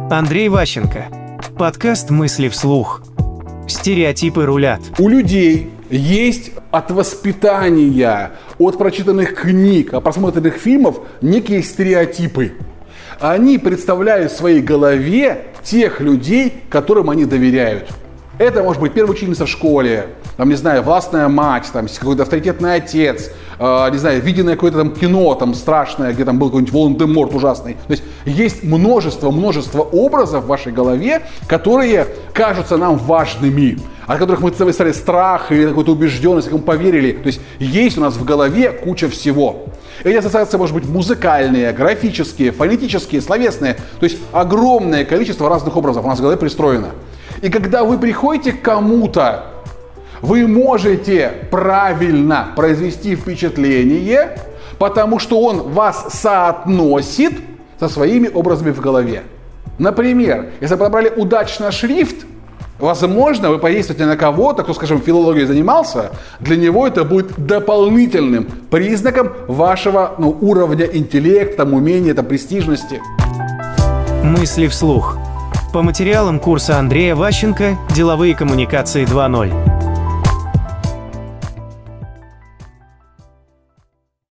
Андрей Ващенко. Подкаст «Мысли вслух». Стереотипы рулят. У людей есть от воспитания, от прочитанных книг, от просмотренных фильмов некие стереотипы. Они представляют в своей голове тех людей, которым они доверяют. Это может быть первая учительница в школе, там, не знаю, властная мать, там, какой-то авторитетный отец, не знаю, виденное какое-то там кино там страшное, где там был какой-нибудь Волан-де-Морт ужасный. То есть множество образов в вашей голове, которые кажутся нам важными, от которых мы выставили страх или какую-то убежденность, как мы поверили. То есть у нас в голове куча всего. Эти ассоциации может быть музыкальные, графические, фонетические, словесные. То есть огромное количество разных образов у нас в голове пристроено. И когда вы приходите к кому-то, вы можете правильно произвести впечатление, потому что он вас соотносит со своими образами в голове. Например, если вы подобрали удачно шрифт, возможно, вы подействуете на кого-то, кто, скажем, филологией занимался, для него это будет дополнительным признаком вашего уровня интеллекта, умения, престижности. Мысли вслух. По материалам курса Андрея Ващенко «Деловые коммуникации 2.0».